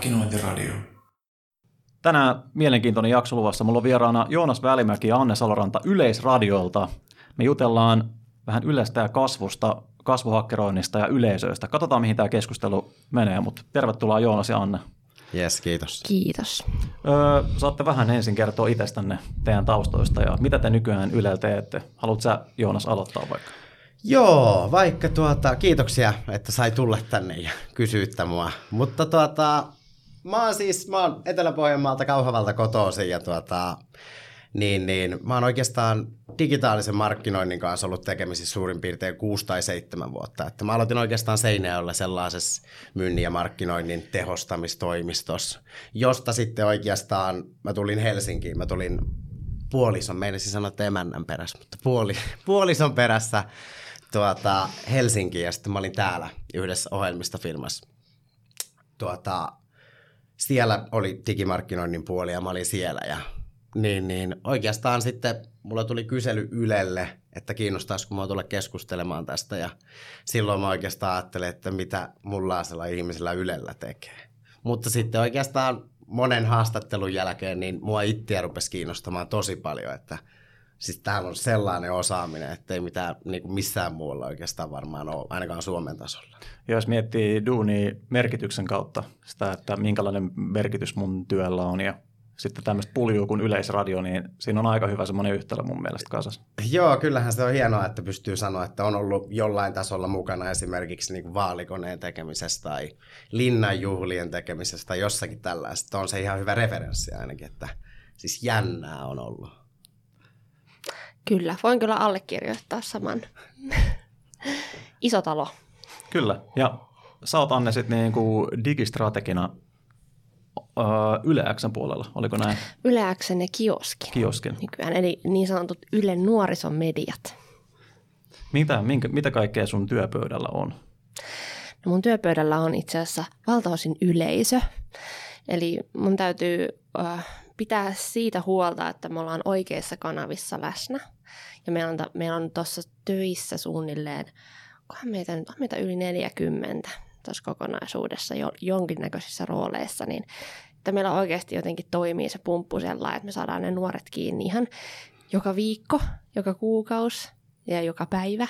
Markkinointiradio. Tänään mielenkiintoinen jakso luvassa. Mulla on vieraana Joonas Välimäki ja Anne Saloranta Yleisradiolta. Me jutellaan vähän Ylestä ja kasvusta, kasvuhakkeroinnista ja yleisöistä. Katsotaan, mihin tämä keskustelu menee, mutta tervetuloa Joonas ja Anne. Jes, kiitos. Kiitos. Saatte vähän ensin kertoa itsestänne, teidän taustoista ja mitä te nykyään Ylellä teette. Haluatko sä, Joonas, aloittaa vaikka? Joo, vaikka kiitoksia, että sai tulla tänne ja kysyä mua. Mutta mä oon Etelä-Pohjanmaalta Kauhavalta kotoisin ja mä oon oikeastaan digitaalisen markkinoinnin kanssa ollut tekemisissä suurin piirtein 6 tai 7 vuotta. Että mä aloitin oikeastaan Seinäjoella sellaisessa myynnin ja markkinoinnin tehostamistoimistossa, josta sitten oikeastaan mä tulin Helsinkiin. Mä tulin puolison, meinasin sanoa, että emännän perässä, mutta puolison perässä Helsinkiin ja sitten mä olin täällä yhdessä ohjelmistofirmassa. Siellä oli digimarkkinoinnin puoli ja mä olin siellä ja niin oikeastaan sitten mulla tuli kysely Ylelle, että kiinnostaisiko mua tulla keskustelemaan tästä ja silloin mä oikeastaan ajattelin, että mitä mullaisella ihmisellä Ylellä tekee. Mutta sitten oikeastaan monen haastattelun jälkeen niin mua itseä rupesi kiinnostamaan tosi paljon, että siis täällä on sellainen osaaminen, että ei mitään niin missään muualla oikeastaan varmaan ole, ainakaan Suomen tasolla. Ja jos miettii duunia merkityksen kautta, sitä, että minkälainen merkitys mun työllä on ja sitten tämmöistä puljuu kuin Yleisradio, niin siinä on aika hyvä semmoinen yhtälö mun mielestä kasassa. Joo, kyllähän se on hienoa, että pystyy sanoa, että on ollut jollain tasolla mukana esimerkiksi niin kuin vaalikoneen tekemisessä tai linnanjuhlien tekemisessä tai jossakin tällaista. On se ihan hyvä referenssi ainakin, että siis jännää on ollut. Kyllä, voin kyllä allekirjoittaa saman. Iso talo. Kyllä, ja sä oot Anne sitten niinku digistrategina Yle X:n puolella, oliko näin? Yle X:n ja kioskin. Nykyään, eli niin sanotut Ylen nuorisomediat. Mitä kaikkea sun työpöydällä on? No mun työpöydällä on itse asiassa valtaosin yleisö, eli mun täytyy pitää siitä huolta, että me ollaan oikeissa kanavissa läsnä. Ja meillä on tuossa töissä suunnilleen, onkohan meitä yli 40 tuossa kokonaisuudessa jonkinnäköisissä rooleissa, niin että meillä oikeasti jotenkin toimii se pumppu sellainen, että me saadaan ne nuoret kiinni ihan joka viikko, joka kuukausi ja joka päivä.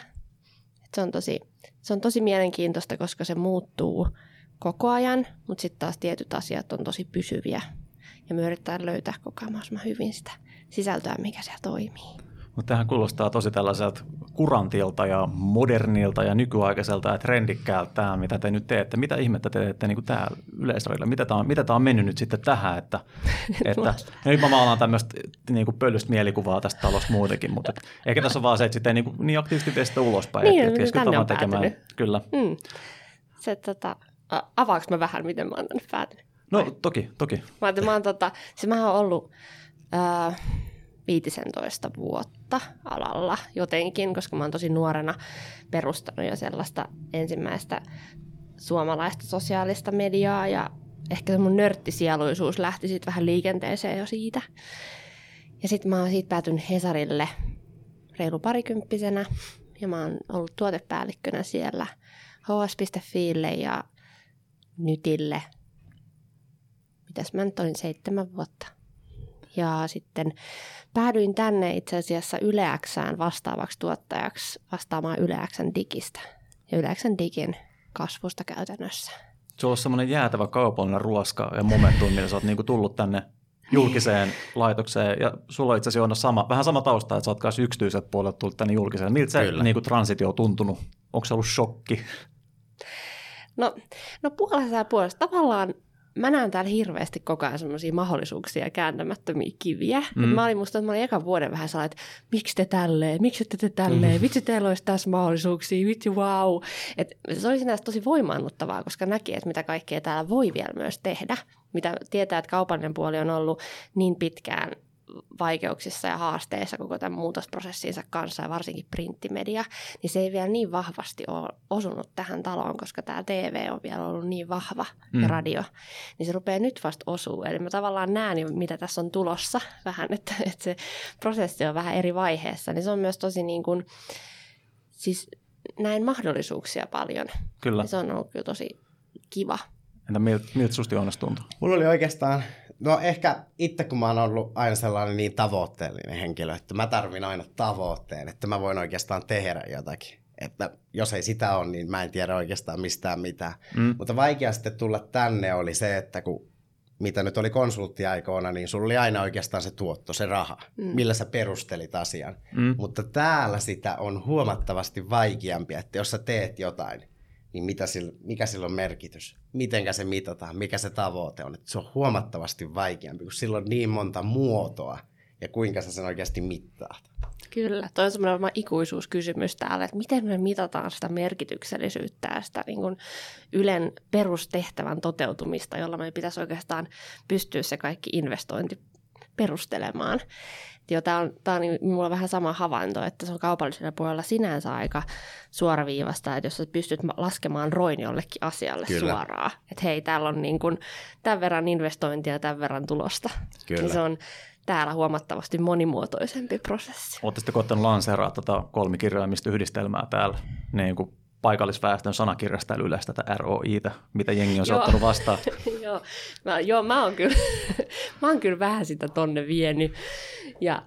Se on tosi mielenkiintoista, koska se muuttuu koko ajan, mutta sitten taas tietyt asiat on tosi pysyviä. Ja me yritetään löytää koko ajan mahdollisimman hyvin sitä sisältöä, mikä siellä toimii. Mutta tämähän kuulostaa tosi tällaiselta kurantilta ja modernilta ja nykyaikaiselta ja trendikkäältä, mitä te nyt teette. Mitä ihmettä te teette niin kuin täällä Yleisradiolla? Mitä tämä on mennyt nyt sitten tähän? Että nyt mä maalaan tämmöistä niin kuin pölystä mielikuvaa tästä talosta muutenkin, mutta ehkä tässä on vaan se, että sitten ei niin aktiivisesti tee sitä ulospäin. Niin, tänne on päätynyt. Kyllä. Avaanko mä vähän, miten mä oon tänne päätynyt? No toki. Mä oon ollut 15 vuotta alalla jotenkin, koska mä oon tosi nuorena perustanut jo sellaista ensimmäistä suomalaista sosiaalista mediaa ja ehkä se mun nörttisieluisuus lähti sitten vähän liikenteeseen jo siitä. Ja sitten mä oon siitä päätynyt Hesarille reilu parikymppisenä ja mä oon ollut tuotepäällikkönä siellä hs.fille ja Nytille. Mitäs mä nyt olin 7 vuotta. Ja sitten päädyin tänne itse asiassa Yle X:ään vastaavaksi tuottajaksi vastaamaan Yle X:n digistä ja Yle X:n digin kasvusta käytännössä. Sulla on semmoinen jäätävä kaupallinen ruoska ja momentum, millä sä oot niinku tullut tänne julkiseen laitokseen. Ja sulla on itse asiassa vähän sama tausta, että sä oot myös yksityiseltä puolelta tullut tänne julkiseen. Miltä se niinku transitio on tuntunut? Onko se ollut shokki? No puolesta. Tavallaan mä näen täällä hirveästi koko ajan semmoisia mahdollisuuksia ja kääntämättömiä kiviä. Mä olin ekan vuoden vähän sellainen, että miksi te ette tälleen, vitsi teillä olisi tässä mahdollisuuksia, vitsi wow. Se oli sinänsä tosi voimaannuttavaa, koska näki, että mitä kaikkea täällä voi vielä myös tehdä. Mitä tietää, että kaupallinen puoli on ollut niin pitkään vaikeuksissa ja haasteissa koko tämän muutosprosessinsa kanssa ja varsinkin printtimedia, niin se ei vielä niin vahvasti ole osunut tähän taloon, koska tämä TV on vielä ollut niin vahva ja radio, niin se rupeaa nyt vasta osuu. Eli mä tavallaan näen jo, mitä tässä on tulossa vähän, että se prosessi on vähän eri vaiheessa, niin se on myös tosi niin kuin, siis näin mahdollisuuksia paljon. Kyllä. Ja se on ollut kyllä tosi kiva Entä miltä susta Joonas tuntuu? Mulla oli oikeastaan, no ehkä itse kun mä oon ollut aina sellainen niin tavoitteellinen henkilö, että mä tarvin aina tavoitteen, että mä voin oikeastaan tehdä jotakin. Että jos ei sitä ole, niin mä en tiedä oikeastaan mistään mitään. Mutta vaikea sitten tulla tänne oli se, että kun mitä nyt oli konsulttiaikoina, niin sulla oli aina oikeastaan se tuotto, se raha, millä sä perustelit asian. Mutta täällä sitä on huomattavasti vaikeampi, että jos sä teet jotain, niin mikä sillä on merkitys? Mitenkä se mitataan? Mikä se tavoite on? Että se on huomattavasti vaikeampi, kun sillä on niin monta muotoa ja kuinka sä sen oikeasti mittaat. Kyllä, toi on semmoinen ikuisuuskysymys täällä, että miten me mitataan sitä merkityksellisyyttä ja sitä niin kuin Ylen perustehtävän toteutumista, jolla me pitäisi oikeastaan pystyä se kaikki investointi perustelemaan. Tämä on minulla vähän sama havainto, että se on kaupallisella puolella sinänsä aika suoraviivasta, että jos sä pystyt laskemaan ROIn jollekin asialle suoraan, että hei, täällä on niin kuin tämän verran investointia ja tämän verran tulosta, niin se on täällä huomattavasti monimuotoisempi prosessi. Oletteko koettanut lanseeraa kolmikirjaimista yhdistelmää täällä niin kuin paikallisväestön sanakirjasta Ylestä tätä ROI:tä, mitä jengi on ottanut vastaan? Mä oon kyllä vähän sitä tonne vienyt. Ja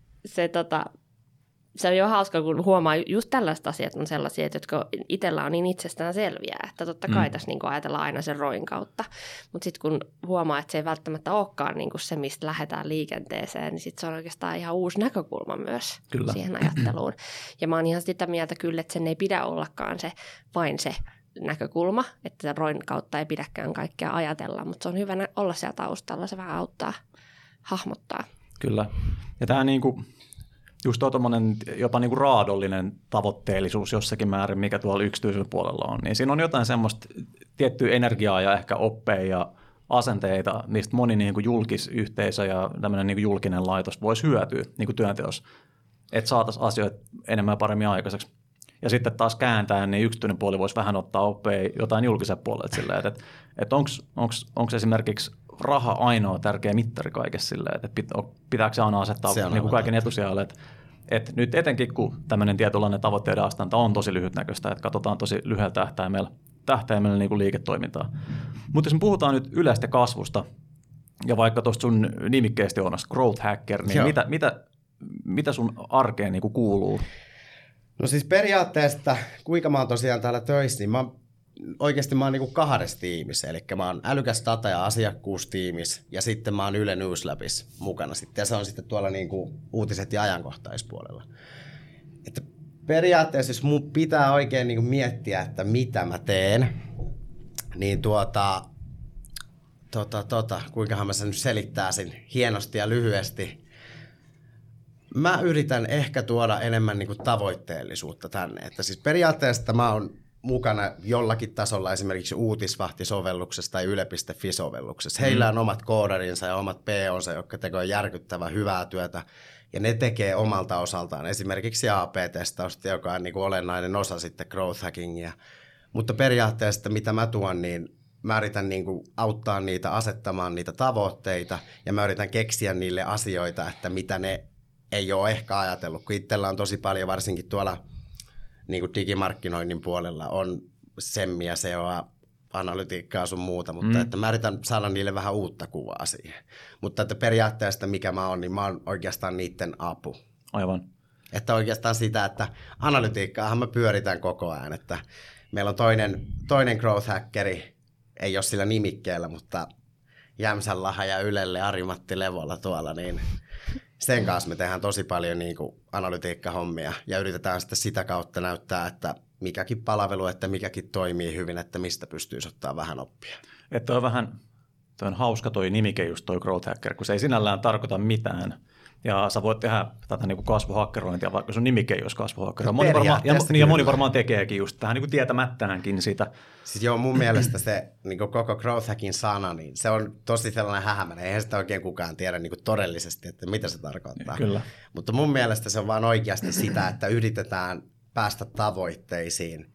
se on jo hauska, kun huomaa just tällaiset asiat on sellaisia, jotka itsellä on niin itsestään selviä, että totta kai tässä niin ajatellaan aina sen ROIn kautta. Mutta sitten kun huomaa, että se ei välttämättä olekaan niin se, mistä lähdetään liikenteeseen, niin sitten se on oikeastaan ihan uusi näkökulma myös siihen ajatteluun. Ja mä oon ihan sitä mieltä kyllä, että sen ei pidä ollakaan vain se näkökulma, että ROIn kautta ei pidäkään kaikkea ajatella, mutta se on hyvä olla siellä taustalla, se vähän auttaa hahmottaa. Kyllä. Ja tämä niinku just tuommoinen jopa niinku raadollinen tavoitteellisuus jossakin määrin, mikä tuolla yksityisellä puolella on, niin siinä on jotain semmoista tiettyä energiaa ja ehkä oppeja ja asenteita, mistä moni niinku julkisyhteisö ja tämmöinen niinku julkinen laitos voisi hyötyä niinku työnteossa, että saataisiin asioita enemmän ja paremmin aikaiseksi. Ja sitten taas kääntäen, niin yksityinen puoli voisi vähän ottaa oppeja jotain julkisen puolelta silleen, että onko esimerkiksi raha ainoa tärkeä mittari kaikessa silleen, että pitääkö se aina asettaa niin kuin kaiken etusijalle, että nyt etenkin kun tämmöinen tietynlainen tavoitteiden astanta on tosi lyhytnäköistä, että katsotaan tosi lyhyellä tähtäimellä niin kuin liiketoimintaa. Mutta jos me puhutaan nyt yleistä kasvusta ja vaikka tuosta sun nimikkeesti on growth hacker, niin mitä sun arkeen niin kuin kuuluu? No siis periaatteessa, kuinka mä oon tosiaan täällä töissä, niin mä oon niinku 2 tiimissä, eli mä oon älykäs data- ja asiakkuustiimissä ja sitten mä oon Yle News Labissa mukana sitten, ja se on sitten tuolla niinku uutiset- ja ajankohtaispuolella. Että periaatteessa, jos mun pitää oikein niinku miettiä, että mitä mä teen, niin kuinkahan mä sen nyt selittäisin hienosti ja lyhyesti. Mä yritän ehkä tuoda enemmän niinku tavoitteellisuutta tänne, että siis periaatteessa mä oon mukana jollakin tasolla esimerkiksi Uutisvahti-sovelluksessa tai Yle.fi-sovelluksessa. Heillä on omat koodarinsa ja omat PO:nsa, jotka tekevät järkyttävän hyvää työtä, ja ne tekee omalta osaltaan esimerkiksi AP-testausta, joka on niin kuin olennainen osa sitten growth hackingia. Mutta periaatteessa, mitä mä tuon, niin mä yritän niin kuin auttaa niitä asettamaan niitä tavoitteita, ja mä yritän keksiä niille asioita, että mitä ne ei ole ehkä ajatellut, kun itsellä on tosi paljon varsinkin tuolla niin kuin digimarkkinoinnin puolella on semmiä, SEOa, analytiikkaa sun muuta, mutta että mä yritän saada niille vähän uutta kuvaa siihen. Mutta että periaatteessa mikä mä oon, niin mä oon oikeastaan niiden apu. Aivan. Että oikeastaan sitä, että analytiikkaahan mä pyöritän koko ajan, että meillä on toinen growth hackeri, ei ole sillä nimikkeellä, mutta Jämsänlaha ja Ylelle Ari-Matti Levola tuolla, niin sen kanssa me tehdään tosi paljon niin kuin analytiikkahommia ja yritetään sitten sitä kautta näyttää, että mikäkin palvelu, että mikäkin toimii hyvin, että mistä pystyisi ottaa vähän oppia. Että on hauska toi nimike just toi growth hacker, kun se ei sinällään tarkoita mitään. Ja sä voit tehdä tätä niin kuin kasvuhakkerointia, vaikka sun nimike ei olisi kasvuhakkero. Moni varmaan tekeekin just tähän niin kuin tietämättäänkin sitä. Siis joo, mun mielestä se niin kuin koko growth hackin sana, niin se on tosi sellainen hämäinen. Eihän sitä oikein kukaan tiedä niin kuin todellisesti, että mitä se tarkoittaa. Kyllä. Mutta mun mielestä se on vaan oikeasti sitä, että yritetään päästä tavoitteisiin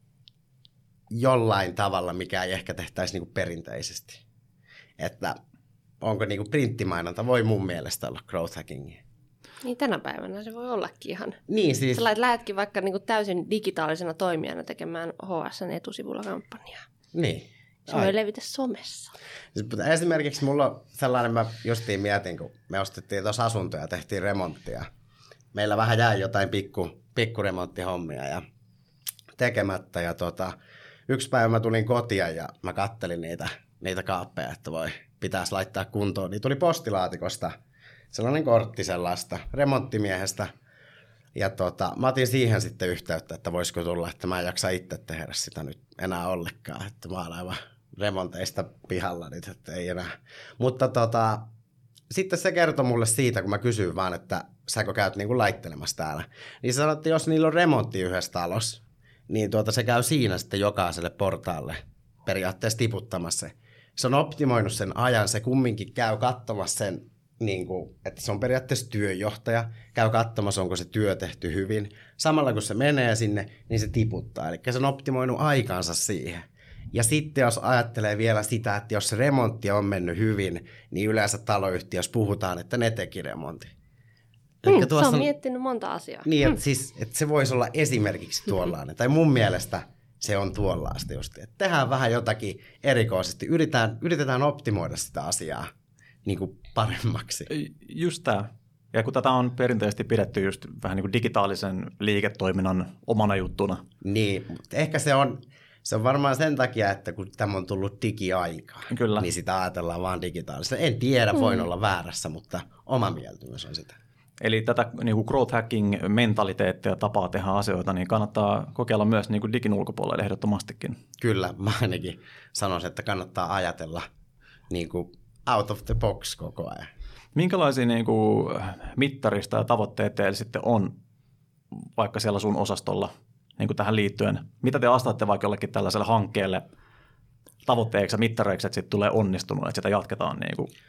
jollain tavalla, mikä ei ehkä tehtäisi niin kuin perinteisesti. Että onko niin kuin printtimainonta, voi mun mielestä olla growth hackingia. Niin tänä päivänä se voi ollakin ihan. Niin siis. Sä lähetkin vaikka niin kuin täysin digitaalisena toimijana tekemään HSN etusivulla kampanjaa. Niin. Se voi levitä somessa. Esimerkiksi mulla on sellainen, mä justiin mietin, kun me ostettiin tuossa asuntoja ja tehtiin remonttia. Meillä vähän jäi jotain pikkuremonttihommia ja tekemättä. Ja yksi päivä mä tulin kotiin ja mä kattelin niitä kaappeja, että pitäisi laittaa kuntoon. Niin tuli postilaatikosta sellainen kortti sellaista remonttimiehestä. Ja mä otin siihen sitten yhteyttä, että voisiko tulla, että mä en jaksa itse tehdä sitä nyt enää ollenkaan. Että mä oon aivan remonteista pihalla nyt, että ei enää. Mutta sitten se kertoi mulle siitä, kun mä kysyin vaan, että säkö käyt niinku laittelemassa täällä. Niin se sanoi, että jos niillä on remontti yhdessä talossa, niin se käy siinä sitten jokaiselle portaalle periaatteessa tiputtamassa. Se on optimoinut sen ajan, se kumminkin käy katsomassa sen, että se on periaatteessa työjohtaja, käy katsomassa, onko se työ tehty hyvin. Samalla kun se menee sinne, niin se tiputtaa. Eli se on optimoinut aikaansa siihen. Ja sitten jos ajattelee vielä sitä, että jos se remontti on mennyt hyvin, niin yleensä taloyhtiössä puhutaan, että ne teki remontin. Se on miettinyt monta asiaa. Niin, että se voisi olla esimerkiksi tuollainen. Tai mun mielestä se on tuollaista just. Että tehdään vähän jotakin erikoisesti. Yritetään optimoida sitä asiaa niin kuin paremmaksi. Just tämä. Ja kun tätä on perinteisesti pidetty just vähän niin kuin digitaalisen liiketoiminnan omana juttuna. Niin, mutta ehkä se on varmaan sen takia, että kun tämä on tullut digiaikaan, Kyllä. niin sitä ajatellaan vaan digitaalisesti. En tiedä, voin olla väärässä, mutta oma mieltymys on sitä. Eli tätä niin kuin growth hacking-mentaliteettia, tapaa tehdä asioita, niin kannattaa kokeilla myös niin kuin digin ulkopuolella ehdottomastikin. Kyllä, mä ainakin sanoisin, että kannattaa ajatella niin kuin out of the box koko ajan. Minkälaisia niin kuin mittarista ja tavoitteet teillä sitten on vaikka siellä sun osastolla niin kuin tähän liittyen? Mitä te astatte vaikka jollekin tällaiselle hankkeelle tavoitteeksi ja mittareiksi, että sitten tulee onnistunut, että sitä jatketaan? Niin kuin?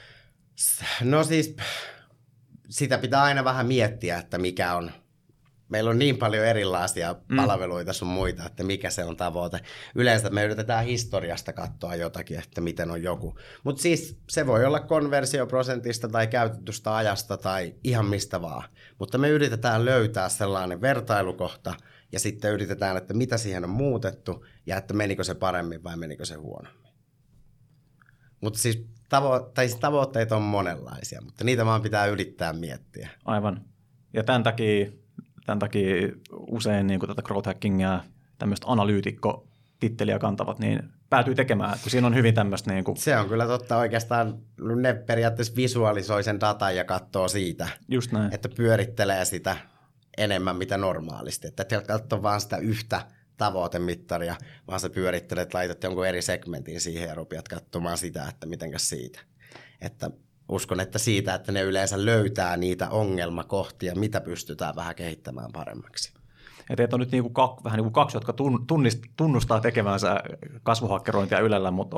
No siis sitä pitää aina vähän miettiä, että mikä on. Meillä on niin paljon erilaisia palveluita sun muita, että mikä se on tavoite. Yleensä me yritetään historiasta katsoa jotakin, että miten on joku. Mutta siis se voi olla konversioprosentista tai käytetystä ajasta tai ihan mistä vaan. Mutta me yritetään löytää sellainen vertailukohta ja sitten yritetään, että mitä siihen on muutettu ja että menikö se paremmin vai menikö se huonommin. Mutta siis tavoitteita on monenlaisia, mutta niitä vaan pitää yrittää miettiä. Aivan. Ja tämän takia usein niin tätä growth hackingia, tämmöistä analyytikko-titteliä kantavat, niin päätyy tekemään, kun siinä on hyvin tämmöistä. Niin kuin... Se on kyllä totta. Oikeastaan ne periaatteessa visualisoi sen datan ja katsoo siitä, just näin. Että pyörittelee sitä enemmän mitä normaalisti. Että et katsoo vaan sitä yhtä tavoitemittaria, vaan sä pyörittelet, laitat jonkun eri segmentin siihen ja rupeat katsomaan sitä, että mitenkäs siitä. Että uskon, että siitä, että ne yleensä löytää niitä ongelmakohtia, mitä pystytään vähän kehittämään paremmaksi. Ja teitä on nyt vähän niin kuin kaksi, jotka tunnustaa tekevänsä kasvuhakkerointia Ylellä, mutta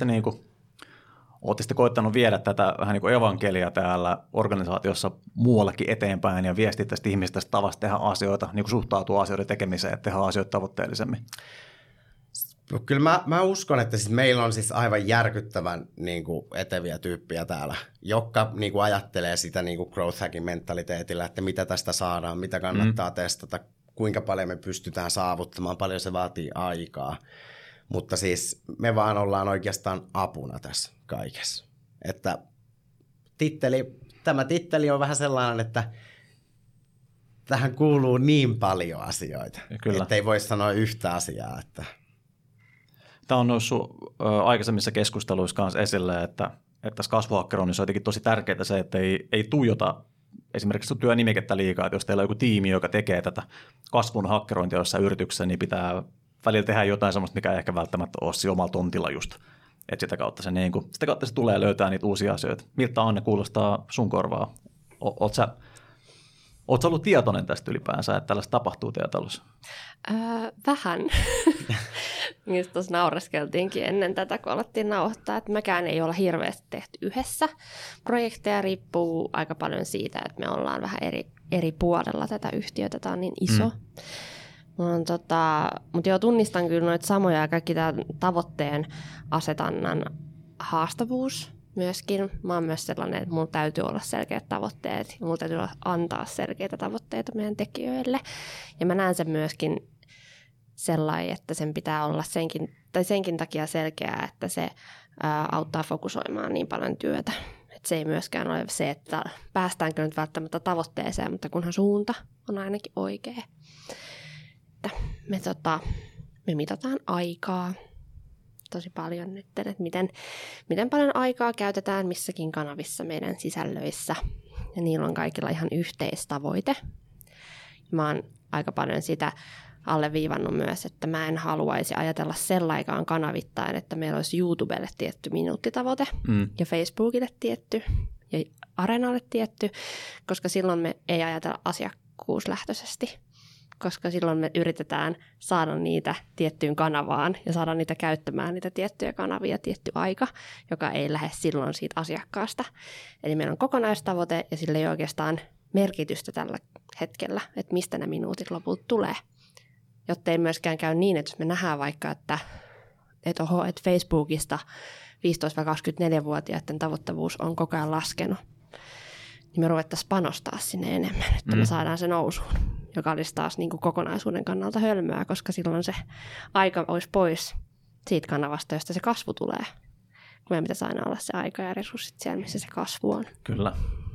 ootte koittanut viedä tätä vähän niin kuin evankelia täällä organisaatiossa muuallakin eteenpäin ja viestittää tästä ihmistä tästä tavasta tehdä asioita, niin kuin suhtautuu asioiden tekemiseen, että tehdään asioita tavoitteellisemmin? Kyllä mä uskon, että siis meillä on siis aivan järkyttävän niin kuin eteviä tyyppiä täällä, jotka niin kuin ajattelee sitä niin kuin growth hacking mentaliteetillä, että mitä tästä saadaan, mitä kannattaa testata, kuinka paljon me pystytään saavuttamaan, paljon se vaatii aikaa. Mutta siis me vaan ollaan oikeastaan apuna tässä kaikessa. Että tämä titteli on vähän sellainen, että tähän kuuluu niin paljon asioita, että ei voi sanoa yhtä asiaa. Että... Tämä on noussut aikaisemmissa keskusteluissa kanssa esille, että tässä kasvuhakkeroinnissa on jotenkin tosi tärkeää se, että ei tuijota esimerkiksi työnimikettä liikaa, että jos teillä on joku tiimi, joka tekee tätä kasvun hakkerointia jossain yrityksessä, niin pitää välillä tehdä jotain sellaista, mikä ei ehkä välttämättä ole siinä omalla tontilla just. Että sitä kautta se tulee löytää niitä uusia asioita. Miltä Anne kuulostaa sun korvaa? Oletko sä ollut tietoinen tästä ylipäänsä, että tällaista tapahtuu teidän talossa? Vähän. Mistä tuossa naureskeltiinkin ennen tätä, kun alettiin nauhoittaa, että mekään ei olla hirveästi tehty yhdessä. Projekteja riippuu aika paljon siitä, että me ollaan vähän eri puolella tätä yhtiötä. Tämä on niin iso. Mutta joo, tunnistan kyllä noita samoja ja kaikki tämän tavoitteen asetannan haastavuus myöskin. Mä oon myös sellainen, että mulla täytyy olla selkeät tavoitteet ja mulla täytyy antaa selkeitä tavoitteita meidän tekijöille. Ja mä näen sen myöskin sellainen, että sen pitää olla senkin tai senkin takia selkeää, että se auttaa fokusoimaan niin paljon työtä. Et se ei myöskään ole se, että päästäänkö nyt välttämättä tavoitteeseen, mutta kunhan suunta on ainakin oikea. Että me mitataan aikaa tosi paljon nyt, että miten paljon aikaa käytetään missäkin kanavissa meidän sisällöissä. Ja niillä on kaikilla ihan yhteistavoite. Mä oon aika paljon sitä alleviivannut myös, että mä en haluaisi ajatella sellaikaan kanavittain, että meillä olisi YouTubelle tietty minuuttitavoite ja Facebookille tietty ja Areenalle tietty, koska silloin me ei ajatella asiakkuuslähtöisesti, koska silloin me yritetään saada niitä tiettyyn kanavaan ja saada niitä käyttämään niitä tiettyjä kanavia tietty aika, joka ei lähde silloin siitä asiakkaasta. Eli meillä on kokonaistavoite ja sillä ei oikeastaan merkitystä tällä hetkellä, että mistä ne minuutit lopulta tulee. Jotta ei myöskään käy niin, että jos me nähdään vaikka, että Facebookista 15-24-vuotiaiden tavoittavuus on koko ajan laskenut, niin me ruvettaisiin panostaa sinne enemmän, että me saadaan se nousuun, joka olisi taas niin kuin kokonaisuuden kannalta hölmöä, koska silloin se aika olisi pois siitä kanavasta, josta se kasvu tulee. Meidän pitäisi aina olla se aika ja resurssit siellä, missä se kasvu on. Kyllä.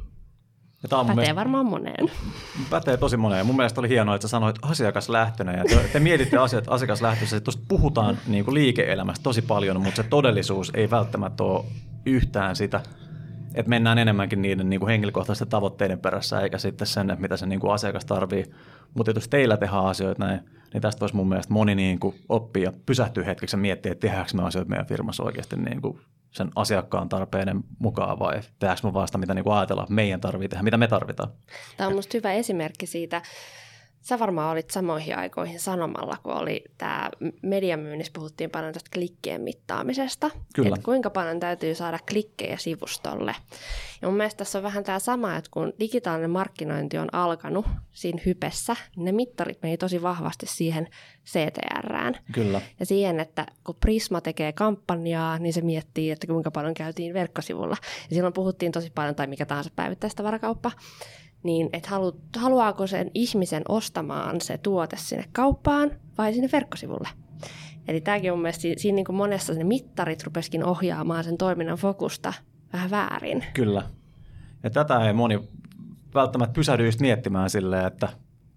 Pätee varmaan moneen. Pätee tosi moneen. Mun mielestä oli hienoa, että sä sanoit asiakaslähtöinen. Ja te mietitte asiat asiakaslähtöisesti. Tuosta puhutaan niin kuin liike-elämästä tosi paljon, mutta se todellisuus ei välttämättä ole yhtään sitä, että mennään enemmänkin niiden niin kuin henkilökohtaisten tavoitteiden perässä, eikä sitten sen, että mitä se niin kuin asiakas tarvii. Mutta jos teillä tehdään asioita näin, niin tästä voisi mun mielestä moni niin kuin oppia, pysähtyä hetkeksi ja miettiä, että tehdäänkö me asioita meidän firmassa oikeasti niin kuin sen asiakkaan tarpeiden mukaan vai tehdäänkö me vasta, mitä niin kuin ajatellaan, että meidän tarvitsee tehdä, mitä me tarvitaan. Tämä on musta hyvä esimerkki siitä. Sä varmaan olit samoihin aikoihin sanomalla, kun oli tämä mediamyynnissä, puhuttiin paljon tästä klikkien mittaamisesta. Kyllä. Että kuinka paljon täytyy saada klikkejä sivustolle. Ja mun mielestä tässä on vähän tämä sama, että kun digitaalinen markkinointi on alkanut siinä hypessä, niin ne mittarit meni tosi vahvasti siihen CTRään. Kyllä. Ja siihen, että kun Prisma tekee kampanjaa, niin se miettii, että kuinka paljon käytiin verkkosivulla. Ja silloin puhuttiin tosi paljon, tai mikä tahansa päivittäistavarakauppa, niin että haluaako sen ihmisen ostamaan se tuote sinne kauppaan vai sinne verkkosivulle. Eli tämäkin on mun mielestä siinä niin kuin monessa ne mittarit rupesikin ohjaamaan sen toiminnan fokusta vähän väärin. Kyllä. Ja tätä ei moni välttämättä pysähdy just miettimään silleen, että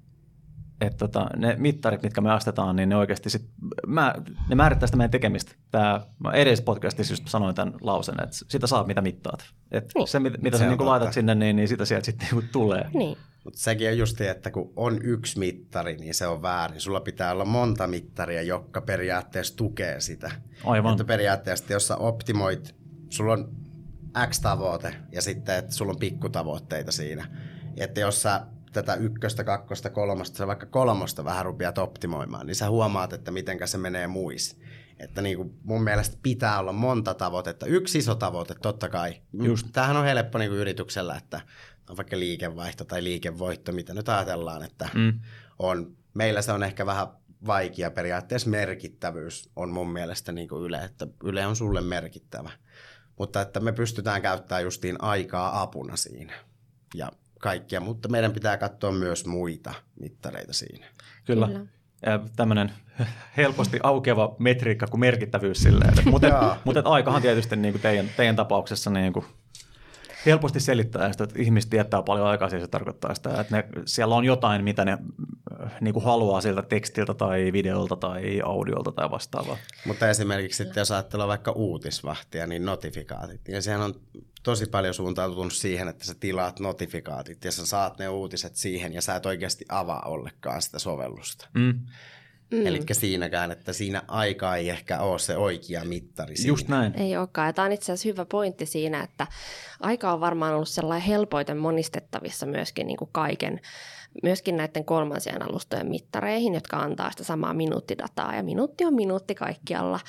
ne mittarit, mitkä me astetaan, niin ne oikeasti ne määrittää sitä meidän tekemistä. Mä edellisessä podcastissa just sanoin tämän lausen, että sitä saat mitä mittaat. Että niin. Se, mitä sä niin laitat sinne, niin sitä sieltä sitten tulee. Niin. Mutta sekin on just, että kun on yksi mittari, niin se on väärin. Sulla pitää olla monta mittaria, jotka periaatteessa tukee sitä. Aivan. Että periaatteessa, jos sä optimoit, sulla on X-tavoite ja sitten, että sulla on pikkutavoitteita siinä. Että jos sä tätä 1, 2, 3, sä vaikka 3 vähän rupeat optimoimaan, niin sä huomaat, että mitenkä se menee muissa. Että niin kuin mun mielestä pitää olla monta tavoitetta. Yksi iso tavoite, totta kai. Just. Tämähän on helppo niin kuin yrityksellä, että on vaikka liikevaihto tai liikevoitto, mitä nyt ajatellaan, että on. Meillä se on ehkä vähän vaikea periaatteessa merkittävyys on mun mielestä niin kuin Yle, että Yle on sulle merkittävä. Mutta että me pystytään käyttämään justiin aikaa apuna siinä ja kaikkia, mutta meidän pitää katsoa myös muita mittareita siinä. Kyllä. Ja tämmöinen helposti aukeava metriikka kuin merkittävyys silleen. Mutta aikahan tietysti niin kuin teidän tapauksessa niin kuin helposti selittää sitä, että ihmiset tietää paljon aikaa, se tarkoittaa sitä, että siellä on jotain, mitä ne niin kuin haluaa siltä tekstiltä tai videolta tai audiolta tai vastaavaa. Mutta esimerkiksi sitten, jos ajattelee vaikka uutisvahtia, niin notifikaatit. Ja sehän on tosi paljon suuntautunut siihen, että sä tilaat notifikaatit ja sä saat ne uutiset siihen ja sä et oikeasti avaa ollenkaan sitä sovellusta. Eli siinäkään, että siinä aika ei ehkä ole se oikea mittari siinä. Just näin. Ei olekaan. Ja tämä on itse asiassa hyvä pointti siinä, että aika on varmaan ollut sellainen helpoiten monistettavissa myöskin niin kuin myöskin näiden kolmansien alustojen mittareihin, jotka antaa sitä samaa minuuttidataa. Ja minuutti on minuutti kaikkialla.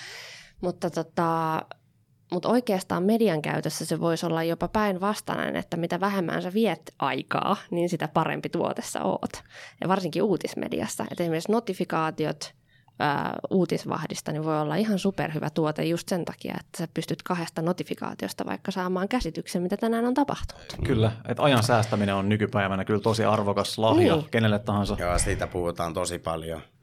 Mutta oikeastaan median käytössä se voisi olla jopa päinvastainen, että mitä vähemmän sä viet aikaa, niin sitä parempi tuote sä oot. Ja varsinkin uutismediassa. Et esimerkiksi notifikaatiot uutisvahdista niin voi olla ihan superhyvä tuote just sen takia, että sä pystyt 2 notifikaatiosta vaikka saamaan käsityksen, mitä tänään on tapahtunut. Kyllä, että ajan säästäminen on nykypäivänä kyllä tosi arvokas lahja kenelle tahansa. Joo, siitä puhutaan tosi paljon.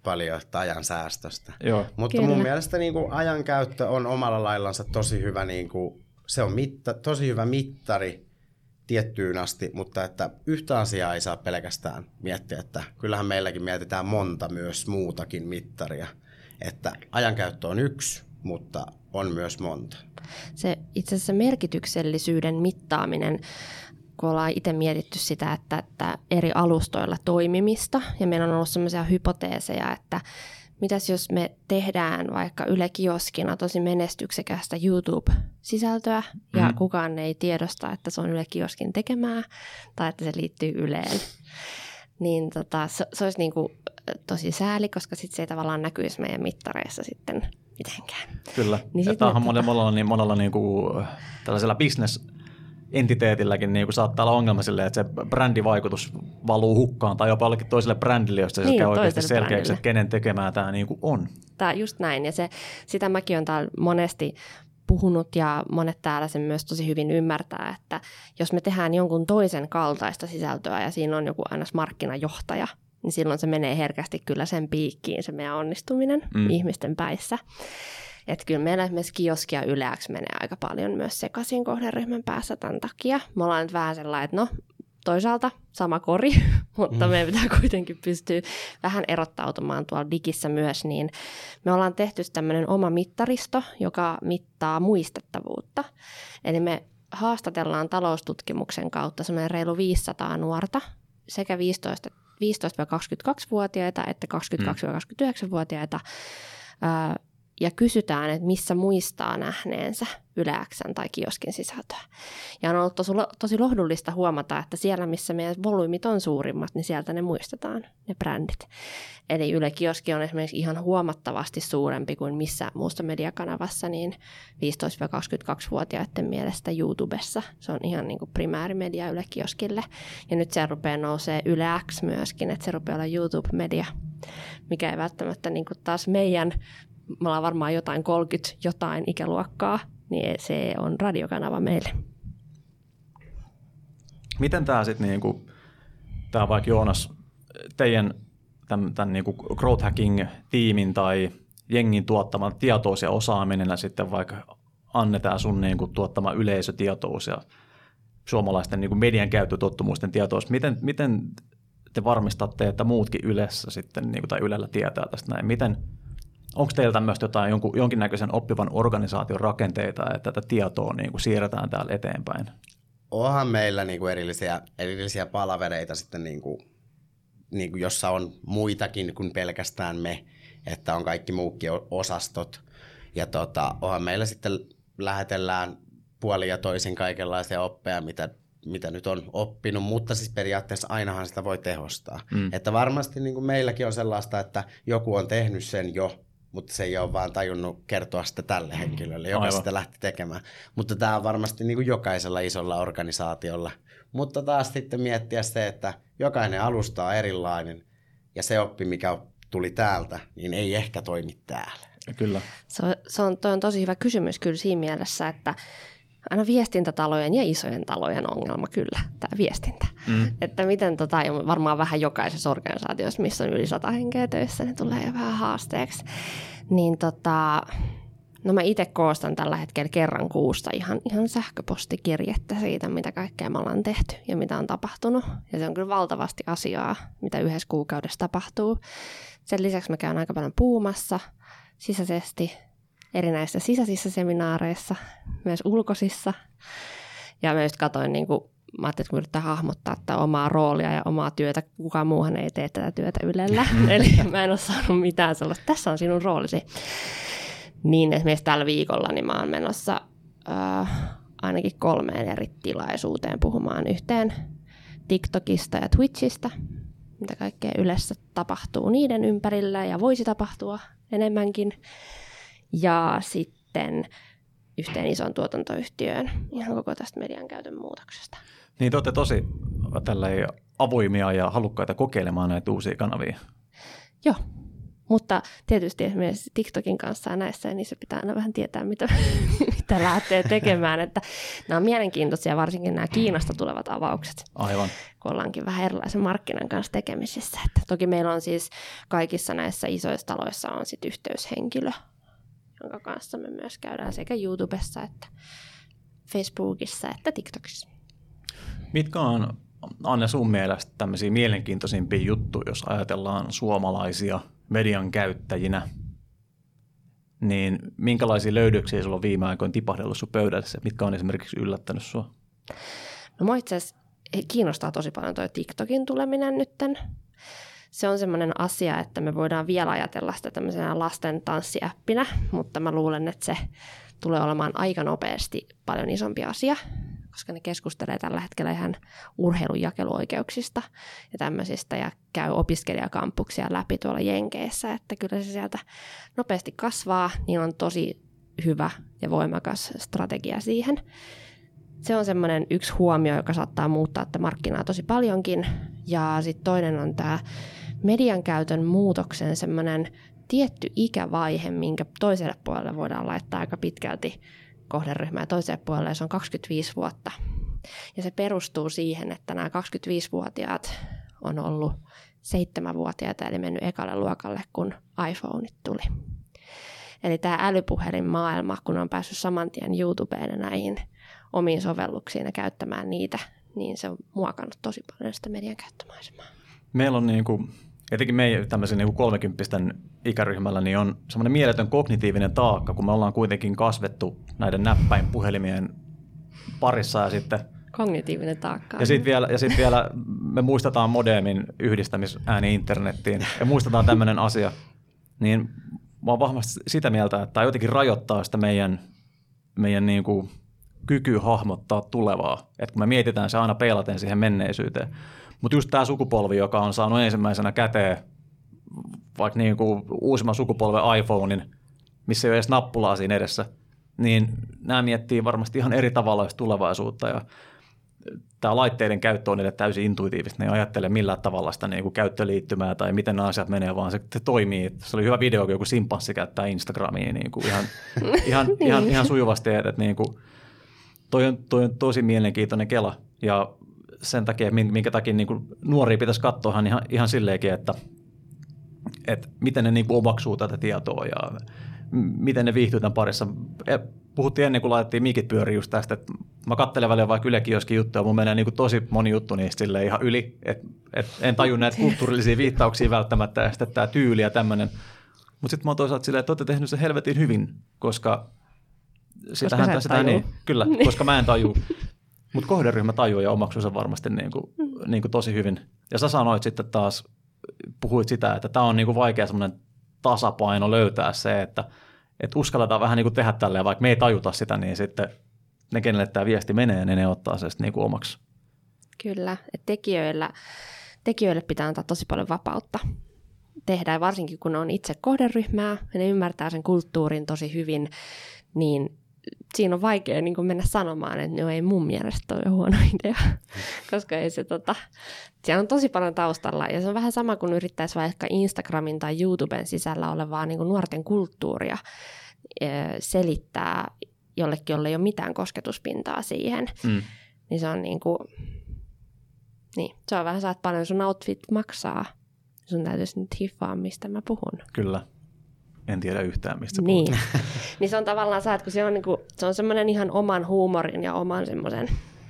paljon ajan säästöstä. Joo. Mutta mun mielestä niin kuin ajankäyttö on omalla laillansa tosi hyvä, niin kuin, se on tosi hyvä mittari tiettyyn asti, mutta että yhtä asiaa ei saa pelkästään miettiä, että kyllähän meilläkin mietitään monta myös muutakin mittaria, että ajankäyttö on yksi, mutta on myös monta. Se itse asiassa merkityksellisyyden mittaaminen, kun ollaan itse mietitty sitä, että eri alustoilla toimimista, ja meillä on ollut sellaisia hypoteeseja, että mitäs jos me tehdään vaikka Yle Kioskina tosi menestyksekästä YouTube-sisältöä, ja kukaan ei tiedosta, että se on Yle Kioskin tekemää, tai että se liittyy Yleen, niin se olisi niinku tosi sääli, koska sitten se ei tavallaan näkyisi meidän mittareissa sitten mitenkään. Kyllä, niin tämähän monella niinku, tällaisella business-entiteetilläkin niinku saattaa olla ongelma silleen, että se brändivaikutus valuu hukkaan tai jopa jollekin toiselle brändille, josta se käy oikeasti selkeäksi, että kenen tekemää tämä niinku on. Tämä just näin, ja sitä mäkin olen täällä monesti puhunut ja monet täällä sen myös tosi hyvin ymmärtää, että jos me tehdään jonkun toisen kaltaista sisältöä ja siinä on joku aina markkinajohtaja, niin silloin se menee herkästi kyllä sen piikkiin se meidän onnistuminen ihmisten päissä. Että kyllä meillä esimerkiksi Kioski ja Yle X menee aika paljon myös sekaisin kohderyhmän päässä tämän takia. Me ollaan nyt vähän sellainen, että no toisaalta sama kori, mutta meidän pitää kuitenkin pystyä vähän erottautumaan tuolla digissä myös, niin me ollaan tehty tämmöinen oma mittaristo, joka mittaa muistettavuutta. Eli me haastatellaan taloustutkimuksen kautta semmoinen reilu 500 nuorta, sekä 15-22-vuotiaita että 22-29-vuotiaita, ja kysytään, että missä muistaa nähneensä Yle X:n tai Kioskin sisältöä. Ja on ollut tosi lohdullista huomata, että siellä, missä meidän volyymit on suurimmat, niin sieltä ne muistetaan, ne brändit. Eli Yle Kioski on esimerkiksi ihan huomattavasti suurempi kuin missä muusta mediakanavassa, niin 15-22-vuotiaiden mielestä YouTubessa. Se on ihan niin kuin primäärimedia Yle Kioskille. Ja nyt se rupeaa nousee Yle X myöskin, että se rupeaa olla YouTube-media, mikä ei välttämättä niin kuin taas me ollaan varmaan jotain 30 jotain ikäluokkaa, niin se on radiokanava meille. Miten tämä sitten, niinku, tämä vaikka Joonas, teidän tämän niinku growth hacking-tiimin tai jengin tuottaman tietous ja osaaminen ja sitten vaikka annetaan sun niinku tuottama yleisötietous ja suomalaisten niinku median käyttötottumusten tietous, miten te varmistatte, että muutkin Ylessä sitten, niinku, tai Ylellä tietää tästä näin, onko teillä tämmöistä jotain jonkinnäköisen oppivan organisaation rakenteita, että tätä tietoa niin kuin siirretään täällä eteenpäin? Onhan meillä niin kuin erillisiä palavereita sitten, niin kuin, jossa on muitakin kuin pelkästään me, että on kaikki muukin osastot. Ja onhan meillä sitten lähetellään puolin ja toisin kaikenlaisia oppeja, mitä nyt on oppinut, mutta siis periaatteessa ainahan sitä voi tehostaa. Että varmasti niin kuin meilläkin on sellaista, että joku on tehnyt sen jo, mutta se ei ole vaan tajunnut kertoa sitä tälle henkilölle, joka sitä lähti tekemään. Mutta tämä on varmasti niin kuin jokaisella isolla organisaatiolla. Mutta taas sitten miettiä se, että jokainen alusta on erilainen ja se oppi, mikä tuli täältä, niin ei ehkä toimi täällä. Kyllä. Toi on tosi hyvä kysymys kyllä siinä mielessä, että aina viestintätalojen ja isojen talojen ongelma kyllä, tämä viestintä. Että miten varmaan vähän jokaisessa organisaatiossa, missä on yli 100 henkeä töissä, niin tulee jo vähän haasteeksi. Niin no mä itse koostan tällä hetkellä kerran kuusta ihan sähköpostikirjettä siitä, mitä kaikkea me ollaan tehty ja mitä on tapahtunut. Ja se on kyllä valtavasti asiaa, mitä yhdessä kuukaudessa tapahtuu. Sen lisäksi mä käyn aika paljon puhumassa sisäisesti erinäisissä sisäisissä seminaareissa, myös ulkoisissa. Ja mä just katsoin, mä ajattelin, että kun yrittää hahmottaa tätä omaa roolia ja omaa työtä, kukaan muuhan ei tee tätä työtä Ylellä. Eli mä en ole saanut mitään sellaista, tässä on sinun roolisi. Niin esimerkiksi tällä viikolla niin mä oon menossa ainakin 3 eri tilaisuuteen puhumaan yhteen TikTokista ja Twitchistä, mitä kaikkea Ylessä tapahtuu niiden ympärillä ja voisi tapahtua enemmänkin. Ja sitten yhteen isoon tuotantoyhtiöön ihan koko tästä median käytön muutoksesta. Niin te olette tosi avoimia ja halukkaita kokeilemaan näitä uusia kanavia. Joo, Mutta tietysti esimerkiksi TikTokin kanssa ja näissä, niin se pitää aina vähän tietää, mitä lähtee tekemään. Että nämä on mielenkiintoisia, varsinkin nämä Kiinasta tulevat avaukset. Aivan. Kun ollaankin vähän erilaisen markkinan kanssa tekemisissä. Että toki meillä on siis kaikissa näissä isoissa taloissa on sit yhteyshenkilö, jonka kanssa me myös käydään sekä YouTubessa että Facebookissa että TikTokissa. Mitkä on, Anne, sun mielestä tämmöisiä mielenkiintoisimpia juttuja, jos ajatellaan suomalaisia median käyttäjinä, niin minkälaisia löydöksiä sulla on viime aikoina tipahdellut sun pöydälle, mitkä on esimerkiksi yllättänyt sua? No mua itse asiassa kiinnostaa tosi paljon toi TikTokin tuleminen nytten. Se on semmoinen asia, että me voidaan vielä ajatella sitä tämmöisenä lasten tanssiäppinä, mutta mä luulen, että se tulee olemaan aika nopeasti paljon isompi asia, koska ne keskustelee tällä hetkellä ihan urheilun jakeluoikeuksista ja tämmöisistä ja käy opiskelijakampuksia läpi tuolla Jenkeissä, että kyllä se sieltä nopeasti kasvaa, niin on tosi hyvä ja voimakas strategia siihen. Se on semmoinen yksi huomio, joka saattaa muuttaa tätä markkinaa tosi paljonkin ja sitten toinen on tämä median käytön muutoksen semmoinen tietty ikävaihe, minkä toiselle puolelle voidaan laittaa aika pitkälti kohderyhmää ja toiselle puolelle se on 25 vuotta. Ja se perustuu siihen, että nämä 25-vuotiaat on ollut 7-vuotiaita, eli mennyt ekalle luokalle, kun iPhoneit tuli. Eli tämä älypuhelinmaailma, kun on päässyt saman tien YouTubeen ja näihin omiin sovelluksiin ja käyttämään niitä, niin se on muokannut tosi paljon sitä median käyttömaisemaa. Meillä on etenkin meidän tämmöisen 30 ikäryhmällä niin on semmoinen mieletön kognitiivinen taakka, kun me ollaan kuitenkin kasvettu näiden näppäinpuhelimien parissa ja sitten kognitiivinen taakka. Ja sitten vielä me muistetaan modemin yhdistämisääni internettiin ja muistetaan tämmöinen asia, niin mä oon vahvasti sitä mieltä, että tämä jotenkin rajoittaa sitä meidän niin kuin kyky hahmottaa tulevaa. Että kun me mietitään se aina peilaten siihen menneisyyteen. Mutta just tämä sukupolvi, joka on saanut ensimmäisenä käteen vaikka niin kuin uusimman sukupolven iPhonein, missä ei ole edes nappulaa siinä edessä, niin nämä miettii varmasti ihan eri tavalla tulevaisuutta. Ja tämä laitteiden käyttö on niille täysin intuitiivista. Ne ei ajattele millään tavalla sitä niin kuin käyttöliittymää tai miten nämä asiat menee, vaan se toimii. Se oli hyvä video, kun joku simpanssi käyttää Instagramia niin kuin ihan sujuvasti. Että niin kuin, toi on tosi mielenkiintoinen kela ja sen takia, minkä takia niin kuin nuoria pitäisi katsoa ihan silleenkin, että miten ne niin kuin omaksuu tätä tietoa ja miten ne viihtyy tämän parissa. Puhuttiin ennen kuin laitettiin mikit pyöriin just tästä, että mä katselen välillä vaikka Yle Kioskin juttuja, mun menee niin kuin tosi moni juttu niistä silleen ihan yli, että en taju näitä kulttuurillisia viittauksia välttämättä ja sitten tämä tyyli ja tämmöinen. Mutta sitten mä oon toisaalta silleen, että olette tehnyt sen helvetin hyvin, koska sitä niin, kyllä, koska mä en taju. Mutta kohderyhmä tajuu ja omaksuu sen varmasti niin kuin tosi hyvin. Ja sä sanoit sitten taas, puhuit sitä, että tämä on niin kuin vaikea semmoinen tasapaino löytää se, että uskalletaan vähän niin kuin tehdä tälleen, vaikka me ei tajuta sitä, niin sitten ne, kenelle tämä viesti menee, niin ne ottaa se niin kuin omaksi. Kyllä, että tekijöille pitää antaa tosi paljon vapautta tehdä, varsinkin kun on itse kohderyhmää ja ne ymmärtää sen kulttuurin tosi hyvin, niin siinä on vaikea niin kuin mennä sanomaan, että no ei mun mielestä ole huono idea, koska ei se siellä on tosi paljon taustalla ja se on vähän sama kuin yrittäisi vaikka Instagramin tai YouTuben sisällä olevaa niin kuin nuorten kulttuuria selittää jollekin, jolle ei ole mitään kosketuspintaa siihen, niin se on niin kuin, niin, se on vähän saa, että paljon sun outfit maksaa, sun täytyisi nyt hiffaa, mistä mä puhun. Kyllä. En tiedä yhtään, mistä niin. Niin se on tavallaan että kun se on, niinku, se on semmoinen ihan oman huumorin ja oman semmoisen,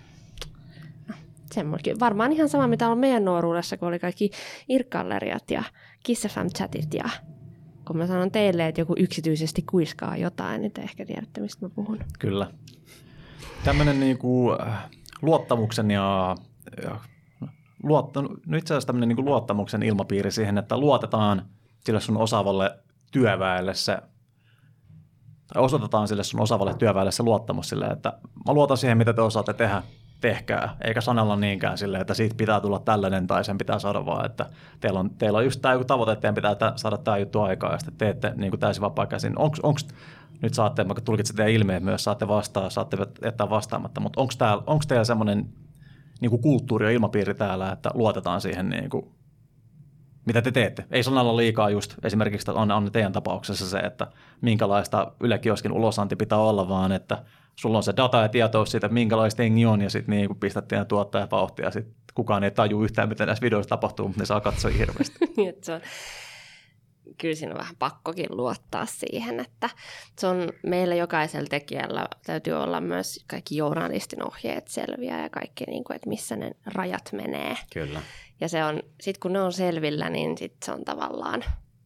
varmaan ihan sama, mitä on meidän nuoruudessa, kun oli kaikki IRC-galleriat ja Kiss FM-chatit ja kun mä sanon teille, että joku yksityisesti kuiskaa jotain, niin te ehkä tiedätte, mistä mä puhun. Kyllä. Tämmöinen niinku luottamuksen no itse asiassa tämmöinen niinku luottamuksen ilmapiiri siihen, että luotetaan sille sun osaavalle työväelle tai osoitetaan sille sun osaavalle työväelle se luottamus silleen, että mä luotan siihen, mitä te osaatte tehdä, tehkää, eikä sanella niinkään silleen, että siitä pitää tulla tällainen tai sen pitää saada vaan, että teillä on just tämä joku tavoite, että teidän pitää saada tämä juttu aikaa ja sitten teette niin kuin täysin vapaa käsin. Onko nyt saatte, mä tulkitsen teidän ilmeen myös, saatte jättää vastaamatta, mutta onko teillä semmoinen niin kuin kulttuuri ja ilmapiiri täällä, että luotetaan siihen niin kuin mitä te teette. Ei sanalla liikaa just esimerkiksi on teidän tapauksessa se, että minkälaista Yle Kioskin ulosanti pitää olla, vaan että sulla on se data ja tietous siitä, minkälaista jengi on, ja sitten niin pistät teidän tuottaja vauhtia, ja sitten kukaan ei taju yhtään, mitä näissä videoissa tapahtuu, mutta ne saa katsoa hirveästi. Kyllä siinä on vähän pakkokin luottaa siihen, että se on meillä jokaisella tekijällä täytyy olla myös kaikki journalistin ohjeet selviä ja kaikki, niin kuin, että missä ne rajat menee. Kyllä. Ja se on, sit kun ne on selvillä, niin sit se on tavallaan,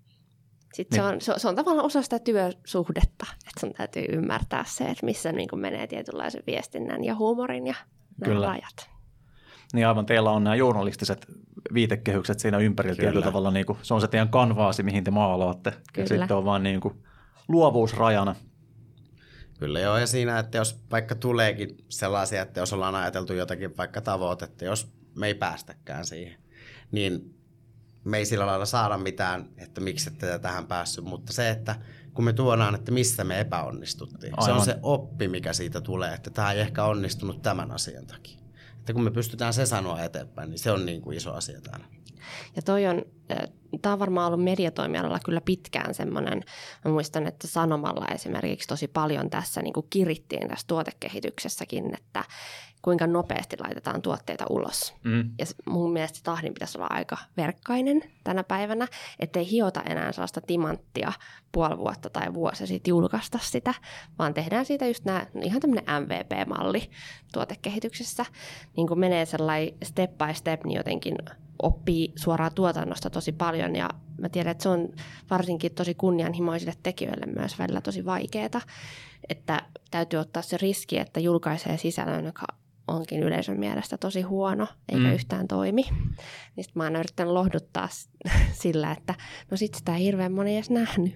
se on tavallaan osa sitä työsuhdetta, että sun täytyy ymmärtää se, että missä niin kuin menee tietynlaisen viestinnän ja huumorin ja nämä rajat. Niin aivan, teillä on nämä journalistiset viitekehykset siinä ympärillä tietyllä tavalla, niin kuin, se on se teidän kanvaasi, mihin te maalaatte, ja sitten on vaan niin kuin luovuus rajana. Kyllä joo, ja siinä, että jos vaikka tuleekin sellaisia, että jos ollaan ajateltu jotakin vaikka tavoitetta, jos me ei päästäkään siihen, niin me ei sillä lailla saada mitään, että miksi ette tähän päässyt, mutta se, että kun me tuodaan, että missä me epäonnistuttiin, aivan. Se on se oppi, mikä siitä tulee, että tämä ei ehkä onnistunut tämän asian takia. Että kun me pystytään se sanoa eteenpäin, niin se on niin kuin iso asia täällä. Ja tämä on varmaan ollut mediatoimialalla kyllä pitkään semmoinen, mä muistan, että Sanomalla esimerkiksi tosi paljon tässä niin kuin kirittiin tässä tuotekehityksessäkin, että kuinka nopeasti laitetaan tuotteita ulos. Ja mun mielestä tahdin pitäisi olla aika verkkainen tänä päivänä, ettei hiota enää sellaista timanttia puoli vuotta tai vuosi sitten julkaista sitä, vaan tehdään siitä just ihan tämmöinen MVP-malli tuotekehityksessä. Niin kun menee sellainen step by step, niin jotenkin oppii suoraan tuotannosta tosi paljon ja mä tiedän, että se on varsinkin tosi kunnianhimoisille tekijöille myös välillä tosi vaikeaa, että täytyy ottaa se riski, että julkaisee sisällön, joka onkin yleisön mielestä tosi huono eikä yhtään toimi. Niin sit mä oon yrittänyt lohduttaa sillä, että no sit sitä ei hirveän moni edes nähnyt.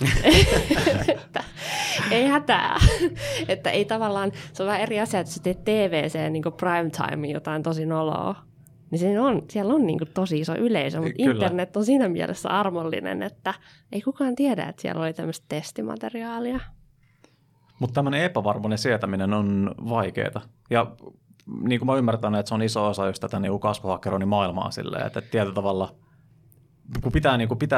Että ei hätää. Että ei tavallaan, se on vähän eri asia, että sä teet TVC niin kuin prime time jotain tosi noloa. Niin siellä on niin kuin tosi iso yleisö, mutta internet on siinä mielessä armollinen, että ei kukaan tiedä, että siellä oli tämmöistä testimateriaalia. Mutta tämmöinen epävarmuuden sietäminen on vaikeaa. Ja niin kuin mä ymmärrän, että se on iso osa just tätä niin kasvuhakkeroinnin maailmaa silleen, että tietyllä tavalla kun pitää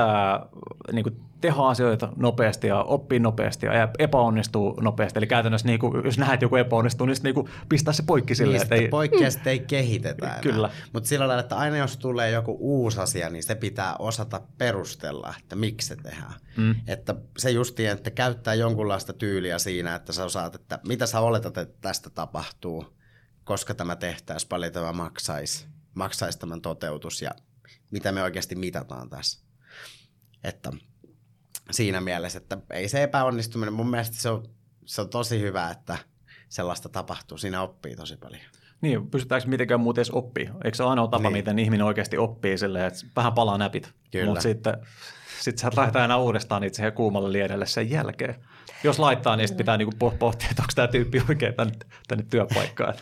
tehdä asioita nopeasti ja oppia nopeasti ja epäonnistuu nopeasti. Eli käytännössä jos näet, että joku epäonnistuu, niin pistää se poikki silleen. Niin, että poikkia sitten ei kehitetä enää. Kyllä. Mutta sillä lailla, että aina jos tulee joku uusi asia, niin se pitää osata perustella, että miksi se tehdään. Että se justiin, että käyttää jonkunlaista tyyliä siinä, että sä osaat, että mitä sä oletat, että tästä tapahtuu, koska tämä tehtäisiin, paljon tämä maksaisi tämän toteutus ja mitä me oikeasti mitataan tässä. Että siinä mielessä, että ei se epäonnistuminen, mun mielestä se on tosi hyvä, että sellaista tapahtuu. Siinä oppii tosi paljon. Niin, pystytäänkö mitenkään muuten edes oppia? Eikö se ainoa tapa, miten ihminen oikeasti oppii silleen, että vähän palaa näpit? Mutta sitten sä laitetaan aina uudestaan itse kuumalle liedelle sen jälkeen. Jos laittaa, niin pitää niinku pohtia, että onko tämä tyyppi oikein tänne työpaikkaan.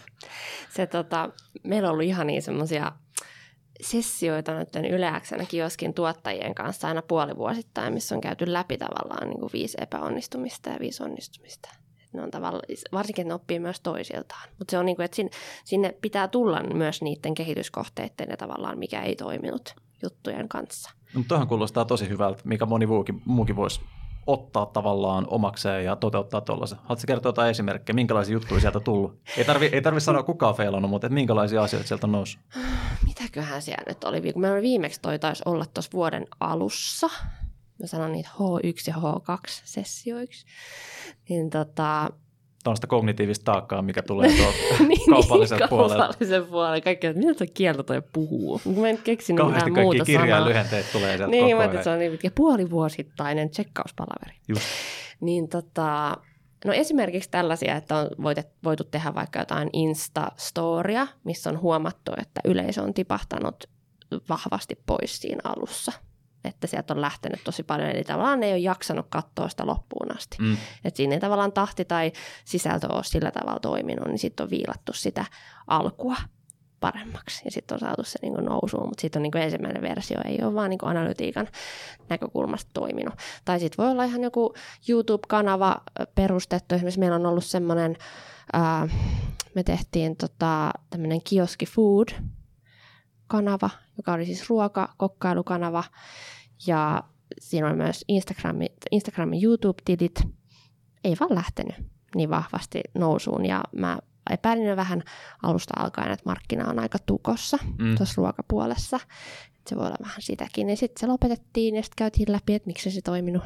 Meillä on ollut ihan niin semmoisia sessioita nyt Yle X:nä Kioskin tuottajien kanssa aina puolivuosittain, missä on käyty läpi tavallaan niin kuin 5 epäonnistumista ja 5 onnistumista. Ne on varsinkin ne oppii myös toisiltaan. Mutta se on niin kuin, että sinne pitää tulla myös niiden kehityskohteiden ja tavallaan mikä ei toiminut juttujen kanssa. No, tuohon kuulostaa tosi hyvältä, mikä moni muukin voisi ottaa tavallaan omakseen ja toteuttaa tuollaisen. Haluatko kertoa jotain esimerkkejä, minkälaisia juttuja sieltä on tullut? Ei tarvitse sanoa kukaan feilannut, mutta minkälaisia asioita sieltä on noussut? Mitäköhän siellä nyt oli? Kun meillä viimeksi taisi olla tuossa vuoden alussa. Mä sanon niitä H1 ja H2-sessioiksi. Niin tällaista kognitiivista taakkaa, mikä tulee tuolta kaupalliselta puolelta. Kaupallisen puolelta. Kaikki, että mitä tuo kielto toi puhuu? Mä en keksinyt mitään muuta sanaa. Kauheasti kaikki kirjainlyhenteet tulee sieltä niin, koko ajan. Niin, se on niin pitkä puolivuosittainen tsekkauspalveri. Just. Niin no esimerkiksi tällaisia, että on voitu tehdä vaikka jotain Insta-storia, missä on huomattu, että yleisö on tipahtanut vahvasti pois siinä alussa. Että sieltä on lähtenyt tosi paljon, eli tavallaan ne ei ole jaksanut katsoa sitä loppuun asti. Että siinä ei tavallaan tahti tai sisältö ole sillä tavalla toiminut, niin sitten on viilattu sitä alkua paremmaksi. Ja sitten on saatu se niin kuin nousuun, mutta sitten on niin kuin ensimmäinen versio, ei ole vaan niin kuin analytiikan näkökulmasta toiminut. Tai sitten voi olla ihan joku YouTube-kanava perustettu. Esimerkiksi meillä on ollut semmoinen, me tehtiin tämmöinen Kioski Food kanava, joka oli siis ruokakokkailukanava. Ja siinä oli myös Instagramin YouTube-tilit. Ei vaan lähtenyt niin vahvasti nousuun. Ja mä epäilin jo vähän alusta alkaen, että markkina on aika tukossa tuossa ruokapuolessa. Et se voi olla vähän sitäkin. Ja sitten se lopetettiin ja sitten käytiin läpi, että miksi se toiminut.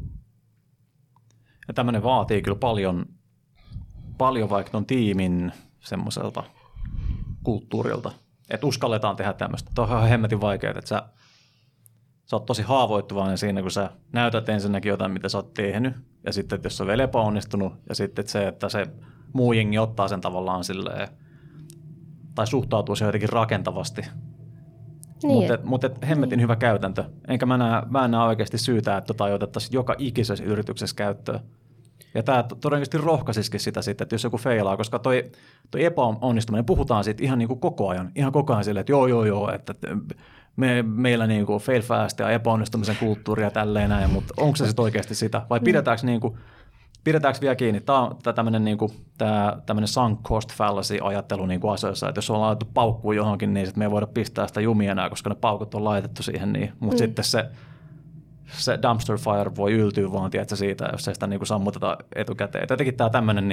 Ja tämmöinen vaatii kyllä paljon vaikka ton tiimin semmoiselta kulttuurilta, että uskalletaan tehdä tämmöistä. Tuo on hemmetin vaikeaa, että sä oot tosi haavoittuvainen siinä, kun sä näytät ensinnäkin jotain, mitä sä oot tehnyt, ja sitten jos se on vielä epäonnistunut, ja sitten se, että se muu jengi ottaa sen tavallaan silleen, tai suhtautuu se jotenkin rakentavasti. Niin. Mutta hemmetin hyvä käytäntö. Enkä mä näe oikeasti syytä, että otettaisiin joka ikisessä yrityksessä käyttöön. Ja tämä todennäköisesti rohkaisisikin sitä sitten, että jos joku feilaa, koska toi epäonnistuminen, puhutaan siitä ihan niin kuin koko ajan silleen, että joo, että meillä niin kuin fail fast ja epäonnistumisen kulttuuria tälleen näin, mutta onko se sitten oikeasti sitä? Vai pidetäänkö vielä kiinni? Tämä on tämmöinen sunk cost fallacy ajattelu niin kuin asioissa, että jos ollaan laitettu paukkuun johonkin, niin sitten me ei voida pistää sitä jumia enää, koska ne paukut on laitettu siihen. Niin. Mutta sitten se dumpster fire voi yltyä vaan, tiedätkö, siitä, jos ei sitä niin kuin sammuteta etukäteen. Jotenkin tämä tämmöinen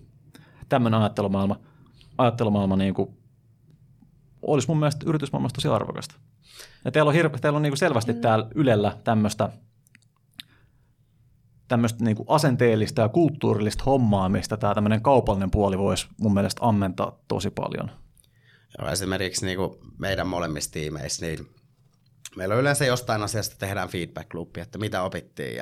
ajattelumaailma niin kuin, olisi mun mielestä yritysmaailmassa tosi arvokasta. Ja teillä on niin kuin selvästi täällä Ylellä tämmöistä niin kuin asenteellista ja kulttuurillista hommaa, mistä tämä tämmöinen kaupallinen puoli voisi mun mielestä ammentaa tosi paljon. Joo, esimerkiksi niin kuin meidän molemmissa tiimeissä, niin meillä on yleensä jostain asiasta tehdään feedback-loopi, että mitä opittiin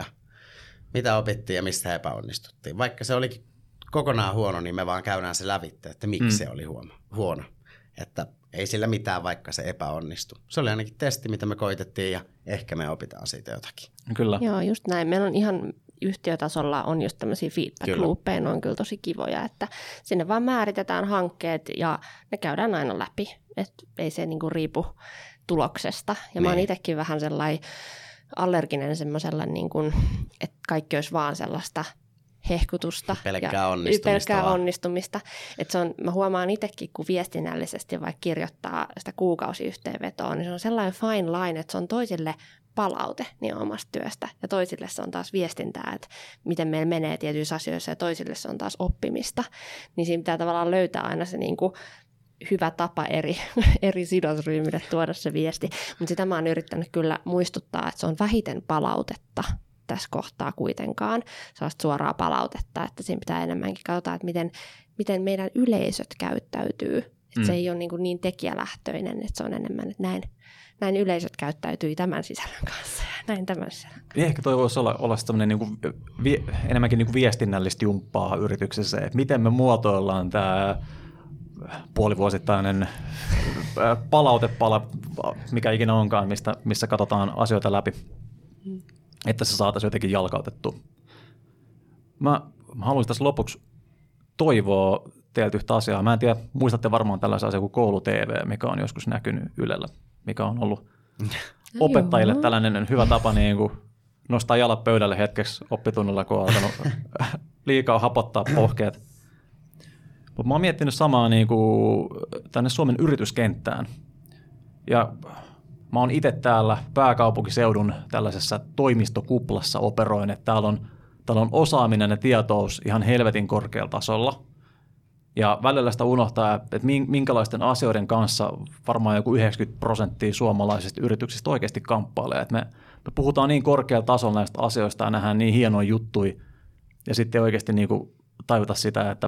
ja mistä epäonnistuttiin. Vaikka se olikin kokonaan huono, niin me vaan käydään se lävitse, että miksi se oli huono. Että ei sillä mitään, vaikka se epäonnistui. Se oli ainakin testi, mitä me koitettiin ja ehkä me opitaan siitä jotakin. Kyllä. Joo, just näin. Meillä on ihan yhtiötasolla on just tämmöisiä feedback-loopeja, ne on kyllä tosi kivoja, että sinne vaan määritetään hankkeet ja ne käydään aina läpi, että ei se niinku riipu tuloksesta. Ja mä oon itsekin vähän sellainen allerginen semmoisella, niinku, että kaikki olisi vaan sellaista hehkutusta pelkkää onnistumista. Että se on, mä huomaan itsekin, kun viestinnällisesti vaikka kirjoittaa sitä kuukausiyhteenvetoa, niin se on sellainen fine line, että se on toisille palaute niin omasta työstä ja toisille se on taas viestintää, että miten meillä menee tietyissä asioissa ja toisille se on taas oppimista. Niin siinä pitää tavallaan löytää aina se niin kuin hyvä tapa eri sidosryhmille tuoda se viesti. Mutta sitä mä oon yrittänyt kyllä muistuttaa, että se on vähiten palautetta tässä kohtaa kuitenkaan, sellaista suoraa palautetta, että siinä pitää enemmänkin katsoa, että miten meidän yleisöt käyttäytyy. Että se ei ole niin tekijälähtöinen, että se on enemmän, että näin yleisöt käyttäytyy tämän sisällön kanssa ja näin tämän sisällön kanssa. Ehkä toi voisi olla sellainen enemmänkin niin kuin viestinnällistä jumppaa yrityksessä, että miten me muotoillaan tämä puolivuosittainen palautepala, mikä ikinä onkaan, missä katsotaan asioita läpi, että se saataisiin jotenkin jalkautettua. Mä haluaisin tässä lopuksi toivoa teiltä yhtä asiaa. Mä en tiedä, muistatte varmaan tällaisen asian kuin koulu-TV, mikä on joskus näkynyt Ylellä, mikä on ollut opettajille tällainen hyvä tapa niin kuin nostaa jalat pöydälle hetkeksi oppitunnilla, kun on alkanut liikaa hapottaa pohkeet. Mutta mä oon miettinyt samaa niin kuin tänne Suomen yrityskenttään. Ja mä oon itse täällä pääkaupunkiseudun tällaisessa toimistokuplassa operoin, että täällä on osaaminen ja tietous ihan helvetin korkealla tasolla. Ja välillä sitä unohtaa, että minkälaisten asioiden kanssa varmaan joku 90% suomalaisista yrityksistä oikeasti kamppailee. Että me puhutaan niin korkealla tasolla näistä asioista ja nähdään niin hienoja juttuja ja sitten oikeasti niin kuin tajuta sitä, että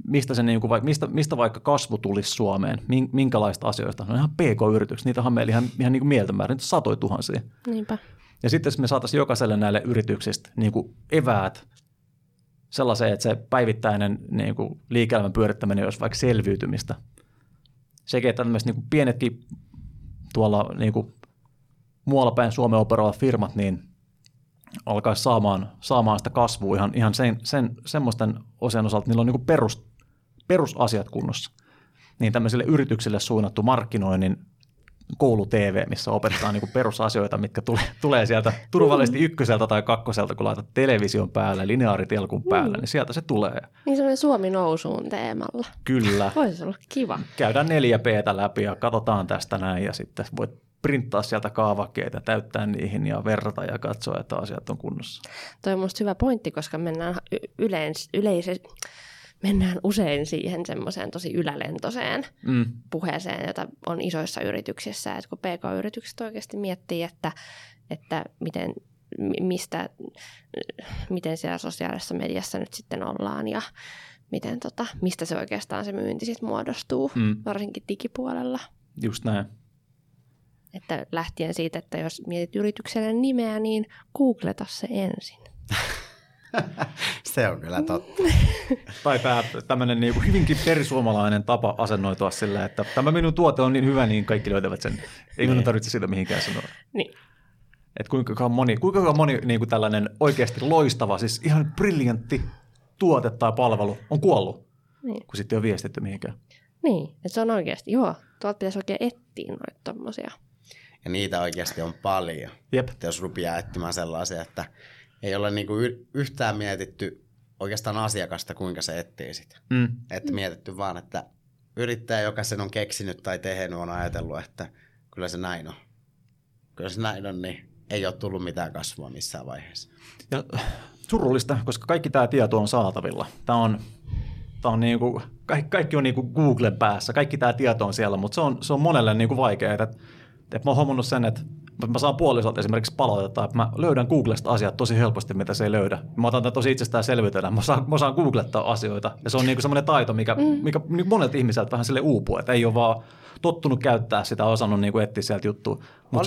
mistä vaikka kasvu tulisi Suomeen, minkälaista asioista. No ihan PK-yritykset, niitä on meillä ihan niin kuin mieltä määrin, satoja tuhansia. Niinpä. Ja sitten me saataisiin jokaiselle näille yrityksistä niin kuin eväät sellaiseen, että se päivittäinen niin kuin liike-elämän pyörittäminen olisi vaikka selviytymistä. Sekin, että tämmöiset niin kuin pienetkin tuolla niin kuin muualla päin Suomeen operoivat firmat, niin alkaisi saamaan sitä kasvua ihan semmoisten osien osalta, niillä on niin kuin perusasiat kunnossa. Niin tämmöisille yrityksille suunnattu markkinoinnin koulu-TV, missä opetetaan niin kuin perusasioita, mitkä tulee sieltä turvallisesti ykköseltä tai kakkoselta, kun laitat television päälle, lineaaritelkun päälle, niin sieltä se tulee. Niin semmoinen Suomi nousuun teemalla. Kyllä. Voisi olla kiva. Käydään 4P:tä läpi ja katsotaan tästä näin ja sitten voit printtaa sieltä kaavakkeita, täyttää niihin ja verrata ja katsoa, että asiat on kunnossa. Toi on musta hyvä pointti, koska mennään usein siihen semmoiseen tosi ylälentoiseen puheeseen, jota on isoissa yrityksissä. Et kun PK-yritykset oikeasti miettii, että miten siellä sosiaalisessa mediassa nyt sitten ollaan ja mistä se oikeastaan se myynti sitten muodostuu, varsinkin digipuolella. Just näin. Että lähtien siitä, että jos mietit yritykselle nimeä, niin googleta se ensin. Se on kyllä totta. Tai tämmöinen niin hyvinkin perisuomalainen tapa asennoitua sillä, että tämä minun tuote on niin hyvä, niin kaikki löytävät sen. Ei minun tarvitse sitä mihinkään sanoa. Niin. Että kuinka moni niin kuin tällainen oikeasti loistava, siis ihan briljantti tuote tai palvelu on kuollut, kun sitten ei ole viestitty mihinkään. Niin, että se on oikeasti, tuolta pitäisi oikein etsiä noita tommosia. Ja niitä oikeasti on paljon. Jep. Että jos rupeaa etsimään sellaisia, että ei ole niinku yhtään mietitty oikeastaan asiakasta, kuinka se etsii sitä. Että mietitty vaan, että yrittäjä, joka sen on keksinyt tai tehnyt, on ajatellut, että kyllä se näin on. Kyllä se näin on, niin ei ole tullut mitään kasvua missään vaiheessa. Ja surullista, koska kaikki tämä tieto on saatavilla. Tämä on niinku, kaikki on niinku Googlen päässä, kaikki tämä tieto on siellä, mutta se on monelle niinku vaikeaa. Että mä oon huomannut sen, että mä saan puolisolta esimerkiksi palautetta, että mä löydän Googlesta asiat tosi helposti, mitä se ei löydä. Mä otan tämän tosi itsestäänselvyytenä. Mä osaan googlettaa asioita. Ja se on niinku semmoinen taito, mikä monet ihmiseltä vähän sille uupuu, että ei ole vaan tottunut käyttää sitä, osannut niinku etsiä sieltä juttua.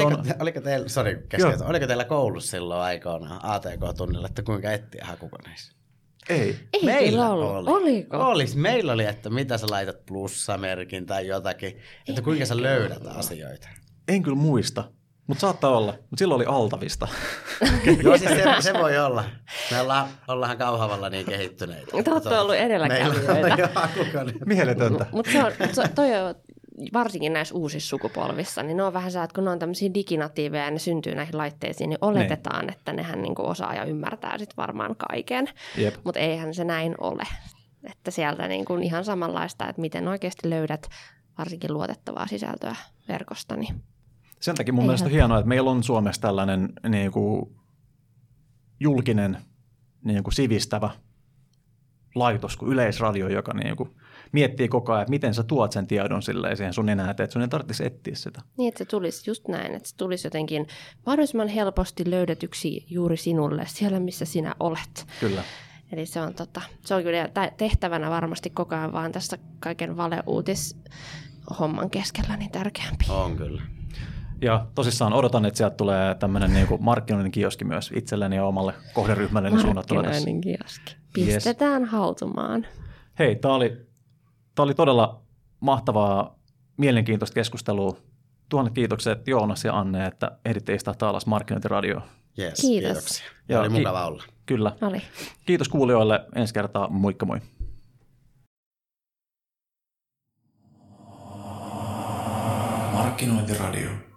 Oliko teillä koulussa silloin aikoinaan ATK-tunnilla, että kuinka etsiä hakukoneissa? Ei. Meillä ollut. Oliko? Meillä oli, että mitä sä laitat plussamerkin tai jotakin, että kuinka sä löydät asioita. En kyllä muista. Mutta saattaa olla. Mutta silloin oli Altavista. Joo, siis se voi olla. Me ollaan Kauhavalla niin kehittyneitä. Te olette ollut edelläkävijöitä. Mieletöntä. Mutta toi on varsinkin näissä uusissa sukupolvissa, niin ne on vähän että kun ne on tämmöisiä diginatiiveja ja ne syntyy näihin laitteisiin, niin oletetaan, että nehän niinku osaa ja ymmärtää sit varmaan kaiken. Mutta eihän se näin ole. Että sieltä niinku ihan samanlaista, että miten oikeasti löydät varsinkin luotettavaa sisältöä verkosta, niin sen takia mun mielestä on hienoa, että meillä on Suomessa tällainen niin kuin julkinen niin kuin sivistävä laitos kuin Yleisradio, joka niin kuin miettii koko ajan, että miten sä tuot sen tiedon siihen sun enää, että sun ei tarvitsisi etsiä sitä. Niin, että se tulisi just näin, että se tulisi jotenkin mahdollisimman helposti löydetyksi juuri sinulle siellä, missä sinä olet. Kyllä. Eli se on kyllä tehtävänä varmasti koko ajan vaan tässä kaiken valeuutishomman keskellä niin tärkeämpi. On kyllä. Ja tosissaan odotan, että sieltä tulee tämmöinen niin kuin markkinoinnin kioski myös itselleni ja omalle kohderyhmälleni suunnattuna tässä. Markkinoinnin kioski. Pistetään hautumaan. Hei, tämä oli todella mahtavaa, mielenkiintoista keskustelua. Tuhannet kiitokset Joonas ja Anne, että ehditte istahtaa alas Markkinointiradioon. Yes, kiitos. Kiitoksia. Ja oli mukava olla. Kyllä. Oli. Kiitos kuulijoille. Ensi kertaa. Moikka moi. Markkinointiradio.